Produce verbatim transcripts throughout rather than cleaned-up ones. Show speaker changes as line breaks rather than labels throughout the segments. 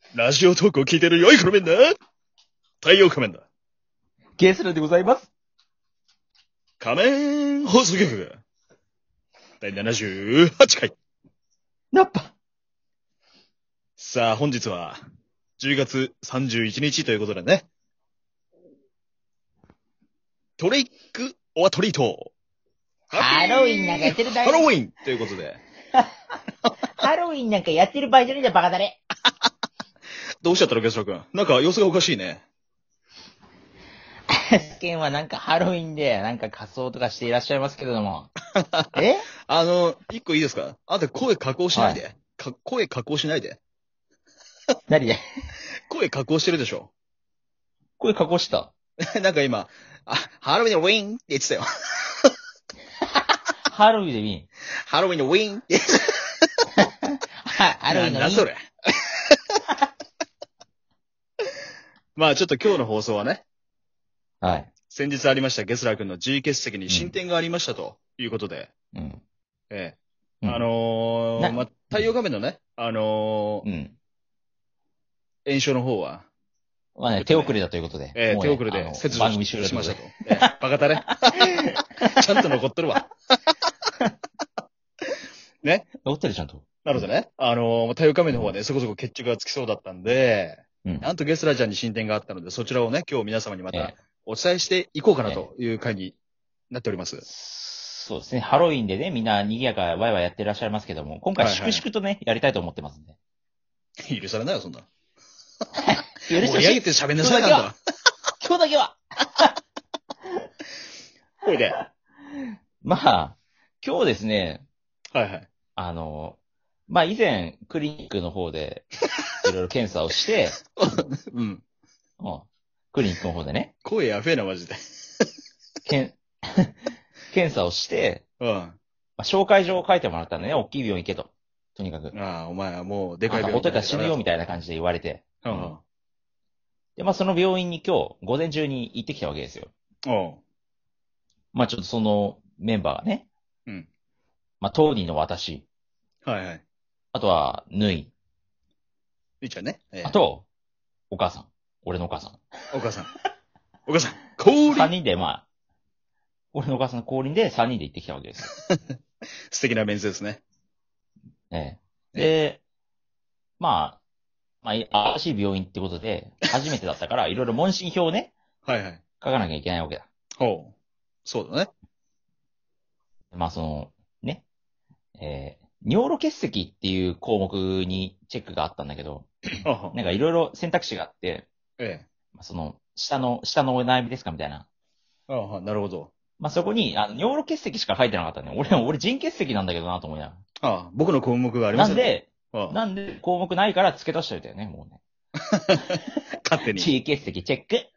ラジオトークを聞いてる良い子のみんな、太陽仮面だ。
ゲスラでございます。
仮面放送局第ななじゅうはちかい。
ナッパ。
さあ、本日はじゅうがつさんじゅういちにちということでね。トリックオアトリート。
ハロウィンなんかやってるだ
ハロウィンということで。
ハロウィンなんかやってる場合じゃねえんだよ、バカだれ。
どうしちゃったの、ゲスラ君。なんか様子がおかしいね。
世間はなんかハロウィンでなんか仮装とかしていらっしゃいますけれども。え
あの、一個いいですか？あんた声加工しないで。
はい
か声加工しないで。
何で
声加工してるでしょ。
声加工した。
なんか今、あ、ハロウィンのウィーンって言ってたよ。
ハロウィンでウィン。
ハロウィンのウィーンって言って
はハロウィンのウィン。
なんだそれ。まあちょっと今日の放送はね、
はい。
先日ありましたゲスラー君の G 欠席に進展がありましたということで、
うん。
ええ。
うん
あのー、
な
まあ、太陽画面のね、あのー、
うん。
炎症の方は、
まあね、手遅れだということで。
ええ、
もうね
手遅れで
あの
切除
番組終了
しましたと。
と。
ええ、バカだね。ちゃんと残っとるわ。ね。
残ってるちゃんと。
なのでね、あのー、太陽画面の方はね、そこそこ決着がつきそうだったんで、
うん。
なんとゲスラーちゃんに進展があったので、そちらをね、今日皆様にまた
ええ
お伝えしていこうかなという回になっております。
そうですね。ハロウィンでね、みんな賑やかワイワイやってらっしゃいますけども、今回粛々とね、やりたいと思ってますんで。
許されないよ、そんな。
許してほしい。
盛り上げて喋んなさい、なんだ。
今日だけは
おいで。
まあ、今日ですね、
はいはい。
あの、まあ以前、クリニックの方で、いろいろ検査をして、
うん。
うん、クリニックの方でね、
声やべえな、マジで。
けん検査をして、
うん。
まあ、紹介状を書いてもらったんでね、大きい病院行けと。とにかく。
ああ、お前はもう、でかい
あんた
病
ほっといたら死ぬよみ
た
たいな感じで言われて。
いな。う
うん
ん。
で、まあその病院に今日、午前中に行ってきたわけですよ。
おう。
まあちょっとそのメンバーがね、
うん。
まあ当人の私、
はいはい。
あとは、ぬい、
いいちゃんね。ええ
あと、お母さん。俺のお母さん。
お母さん。お母さん。降臨。
三人で、まあ、俺のお母さんの降臨で三人で行ってきたわけですよ。
素敵なメンズですね。
ええ。で、まあ、まあ、新しい病院ってことで、初めてだったから、いろいろ問診票をね、
はいはい。
書かなきゃいけないわけだ。
ほう。そうだね。
まあ、その、ね、えー、尿路結石っていう項目にチェックがあったんだけど、
はは
なんかいろいろ選択肢があって、
ええ。
まあ、その、下の、下のお悩みですかみたいな。
ああ、なるほど。
まあ、そこに、あの、尿路結石しか書いてなかったんだよ。俺、俺、腎結石なんだけどなと思いなが
ああ、僕の項目があり
ら。
ますよ。
なんで、
ああ
なんで項目ないから付け足しといたよね、もうね。
勝手に。
腎結石チェック。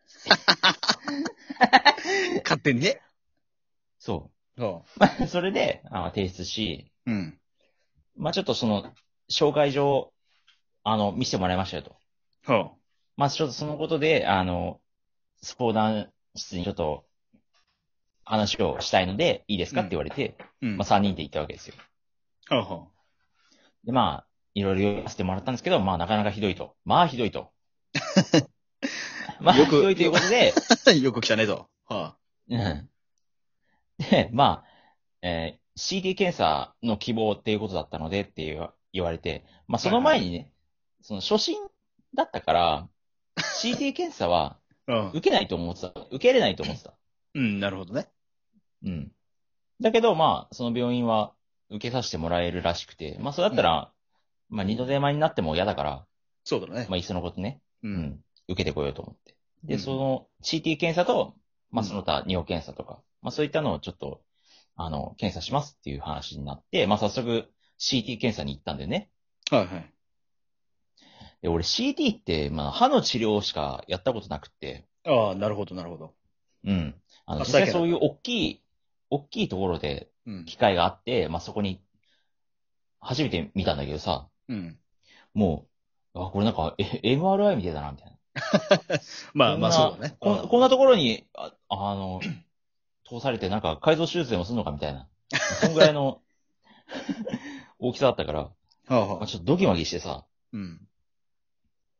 勝手にね。
そ
ああ
う。まあ、それで、あ提出し、
うん。
まあ、ちょっとその、紹介状、あの、見せてもらいましたよと。
は
まあ、ちょっとそのことで、あの、相談室にちょっと、話をしたいので、いいですかって言われて、
あ。うん。
まあ、さんにんで行ったわけですよ。
はあは
で、まあ、いろいろ言わせてもらったんですけど、まあ、なかなかひどいと。まあ、ひどいと。まあ、
よく
ひどいということで、
あ。よく来たねと。は
うん。で、まあ、えー シーティー 検査の希望っていうことだったのでっていう言われて、まあ、その前にね、その初診だったから、シーティー 検査は
あ。うん。
受けないと思ってた。受けれないと思ってた。
うん、なるほどね。
うん。だけど、まあ、その病院は受けさせてもらえるらしくて、まあ、それだったら、まあ、二度手間になっても嫌だから、
そうだね。
まあ、いっそのことね、
う。
うんん、受けてこようと思って。で、
うん
その シーティー 検査と、まあ、
うん
その他尿検査とか、まあ、そういったのをちょっと、あの、検査しますっていう話になって、まあ、早速 シーティー 検査に行ったんでね。
はいはい。
で、俺 シーティー って、まあ、歯の治療しかやったことなくって、
ああ、なるほど、なるほど。
うん。あの、
あ
実際そういう大きい、大きいところで
うん。
機会があって、まあ、そこに、初めて見たんだけどさ、
うん。
もう、あ、これなんか、え エムアールアイ みたいだな、みたいな。
まあまあ、
こんな
そうだね。
こんこんなところに、あ、あの、通されてなんか改造手術でもするのかみたいな。そんぐらいの大きさだったから、
はあはあ。
まあちょっとドキマキしてさ、
うん。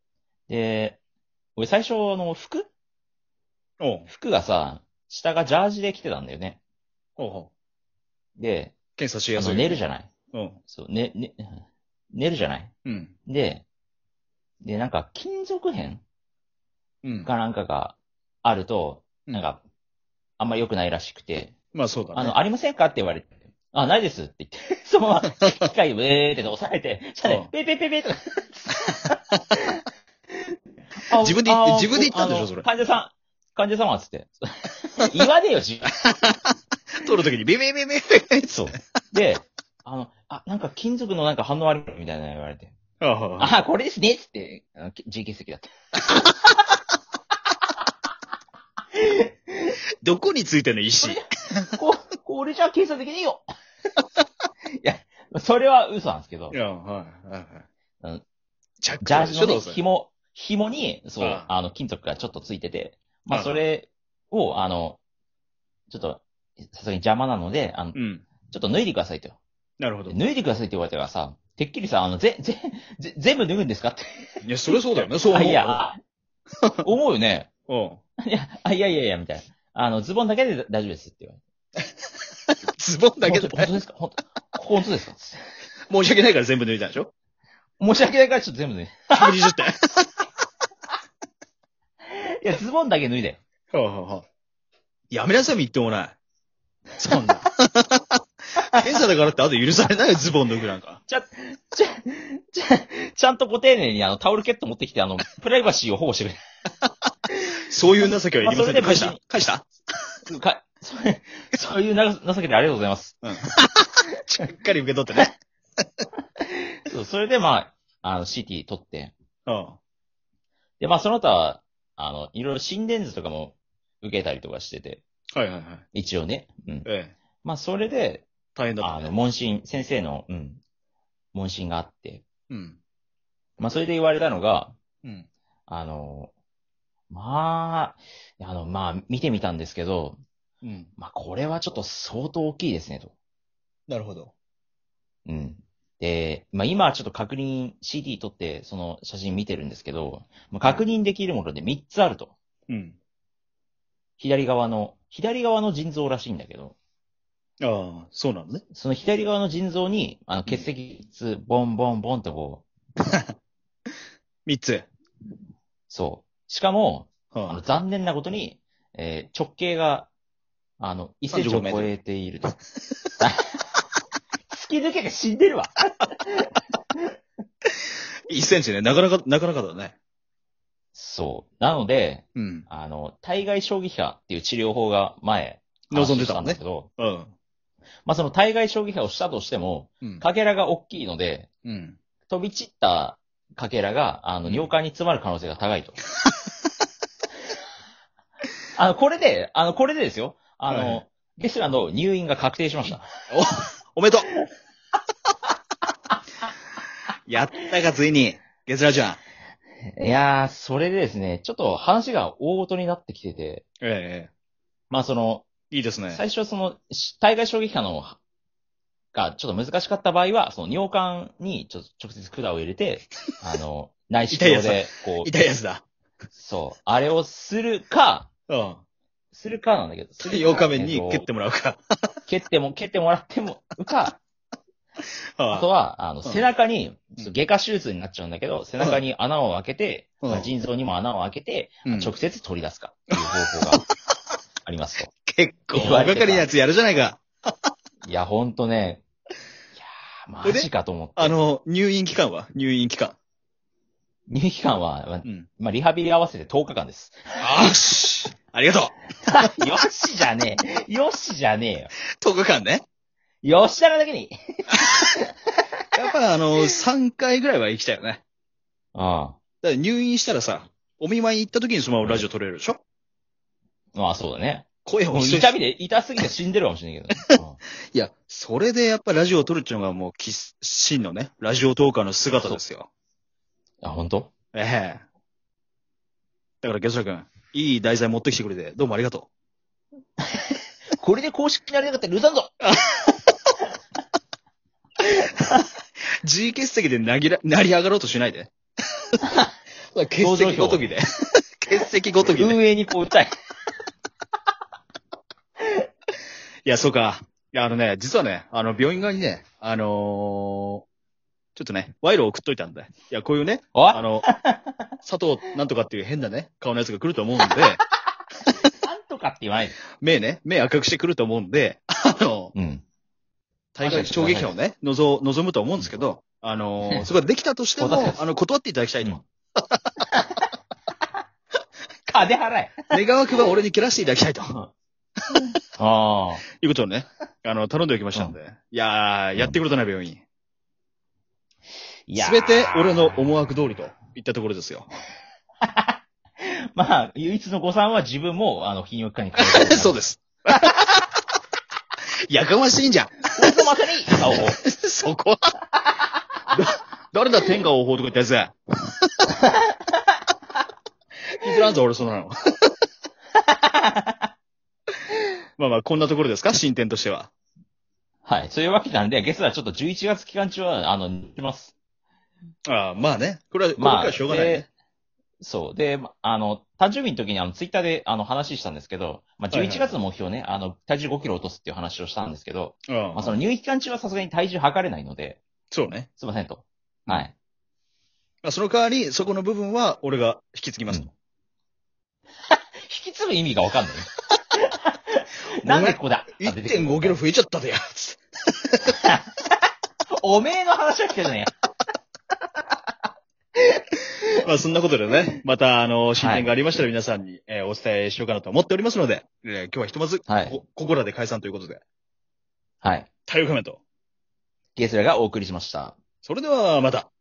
で、俺最初、あの、服
おう。
服がさ、下がジャージで着てたんだよね。
ほうほ
で、
う。検査しや
あの、
すいよね。
寝るじゃない。
うん。
そう、ね、ね、寝るじゃない。
うん。
で、で、なんか、金属片
うん。
かなんかがあると、
うん
なんか、あんま良くないらしくて、
まあそうだね。
あの、ありませんかって言われて、あ、ないですって言って、そのまま、機械をウェーって押さえて、じゃあ
うん
ね、ペーペーペーペーとか、あ
自分で言って自分で言ったんでしょ
あの
それ
患者さん、患者様っつって。言わねえよ、自分。
撮るときにビビビビビビ
そう。で、あの、あ、なんか金属のなんか反応あるみたいなの言われて。
ああ
あ、これですねっつって、あの G 血石だった。
どこについてんの石
これじゃ、こ、これじゃ計算できねえよ。いや、それは嘘なんですけど
い、や、はい、はい、はい。
あの
ジャック
ジャージのね、
どうせ
紐、紐に、そう、
あ
あの、金属がちょっとついてて、まあ、
あ
それを、あの、ちょっと、さすがに邪魔なので、あの、
うん。
ちょっと脱いでくださいと。
なるほど。
脱いでくださいって言われたからさ、てっきりさ、あの、ぜ、ぜ、ぜ、全部脱ぐんですかって。
いや、それそうだよね。そう思
あ、
う。
いや、思うよね。
うん。
いや、あ、いやいやいや、みたいな。あの、ズボンだけで大丈夫ですって言われて。
ズボンだけで
本当本当ですか本当本当ですか
申し訳ないから全部抜いたんでしょ
申し訳ないからちょっと全部脱いで。
ひゃくにじゅってん。
いや、ズボンだけ脱いで。
はあはあはあやめなさい、みっともない。そんな。検査だからってあと許されないよ、ズボン脱ぐなんか。
ちゃ、ちゃ、ちゃ、ちゃんとご丁寧にあの、タオルケット持ってきて、あの、プライバシーを保護してくれ。
そういう情けはいりません。
まあそれで
返した
無事に
返した
か、それ、そういうな情けでありがとうございます。
うん。しっかり受け取ってね。
そう、それでまあ、あの、シーティー 取って。
うん。
で、まあ、その他は、あの、いろいろ心電図とかも受けたりとかしてて、
はいはいはい。
一応ね。うん。
ええ。
まあ、それで、
大変だったね。
あの、問診、先生の、うん、問診があって、
うん。
まあ、それで言われたのが、
うん。
あの、まあ、あの、まあ、見てみたんですけど、
うん。
まあ、これはちょっと相当大きいですね、と。
なるほど。
うん。で、まあ、今はちょっと確認、シーディー 撮って、その写真見てるんですけど、まあ、確認できるものでみっつあると。
うん。
左側の、左側の腎臓らしいんだけど、
ああ、そうなのね。
その左側の腎臓に、あの、血液質、ボンボンボンとこう、
三つ。
そう。しかも、あの、
は
残念なことに、えー直径が、あの、いちセンチを超えていると。突き抜けて死んでるわ。
いっセンチね。なかなか、なかなかだね。
そう。なので、
うん。
あの、対外衝撃波っていう治療法が前、
望んでたもんね
話したんだけど、
うん。
まあ、その対外衝撃波をしたとしても、
うん。
かけらが大きいので、
うん。
飛び散ったかけらが、あの、
うん
尿管に詰まる可能性が高いと。あの、これで、あの、これでですよ。あの、
はい
レスラーの入院が確定しました。
お、おめでとうやったか、ついに。ゲスラちゃん。
いやー、それでですね、ちょっと話が大ごとになってきてて、
え
まあその、
えいいですね。
最初その、し対外衝撃波の、がちょっと難しかった場合は、その尿管にちょっと直接管を入れて、あの、内視鏡で、こう、
痛いやつだ。
そう、あれをするか、
うん。
するかなんだけど、するか
ようかめに
えっと
蹴ってもらうか。
蹴っても、蹴ってもらっても、か、あと
は、
は、あの、
うん
背中に、
うん
外科手術になっちゃうんだけど、背中に穴を開けて、
うん
まあ腎臓にも穴を開けて、
うん
直接取り出すかっていう方法がありますと。
結構、大掛かりなやつやるじゃないか。
いや、ほんとね、いやー、マジかと思って。
あの、入院期間は入院期間。
入院期間は、まあ
うん。
まあ、リハビリ合わせてとおかかんです。
よしありがとう
よしじゃねえ。よしじゃねえよ。
とおかかんね。
よしだらだけに。
やっぱあの、さんかいぐらいは生きたよね。
あ
だから入院したらさ、お見舞い行った時にそのままラジオ撮れるでしょ
あ。まあ、そうだね。
声を
もう
一緒に
痛みで、痛すぎて死んでるかもしれないけどね。
いや、それでやっぱラジオを撮るっていうのがもう、き真のね、ラジオトーカーの姿ですよ。
うん、あ、ほんと
ええ。だから、ゲスラ君、いい題材持ってきてくれて、どうもありがと
これで公式になりたかったら許さんぞ
う。G 欠席でなぎら、成り上がろうとしないで。 欠席ごときで。欠席ごときで。
運営にこう訴え。
いや、そうか。いや、あのね、実はね、あの、病院側にね、あのー、ちょっとね、賄賂を送っといたんで。いや、こういうね、
お
あの、佐藤なんとかっていう変なね、顔のやつが来ると思うんで、
なんとかって言わないで。
目ね、目赤くしてくると思うんで、あの、
うん。
大会衝撃波をね、望、望むと思うんですけど、あのー、そこができたとしても、
断ってます
あの、断っていただきたいと。
うん金払え。
願わくば俺に蹴らしていただきたいと。
ああ。
いうことをね、あの、頼んでおきましたんで。いやー、やってくれたな、病院。すべて俺の思惑通りといったところですよ。
まあ、唯一の誤算は自分も、あの、泌尿器科に通って
そうです。やかましいんじゃん。
俺のまさに、青を。
そこは誰だ天下王法とか言ったやつや。聞いてらんぞ、俺そんなの。まあまあ、こんなところですか進展としては。
はい。そういうわけなんで、ゲスはちょっとじゅういちがつ期間中は、あの、行きます。
ああ、まあね。これは、これ
まあ、
はしょうがないね。
でそう。で、まあの、誕生日の時にあの、ツイッターであの、話したんですけど、まあ、じゅういちがつの目標ね、あの、体重ごキロ落とすっていう話をしたんですけど、
うん
まあ、その入院期間中はさすがに体重測れないので、
そうね。
すいませんと。
うん
はい。
まあ、その代わり、そこの部分は俺が引き継ぎますと。
うん引き継ぐ意味がわかんない。なんでここだ
いってんごキロ増えちゃったでや。つって
おめえの話は聞けね
まあそんなことでね、またあの、進展がありましたら皆さんに、えーお伝えしようかなと思っておりますので、えー今日はひとまず、
はい
こここらで解散ということで、
はい。
太陽コメント。
ゲスラがお送りしました。
それではまた。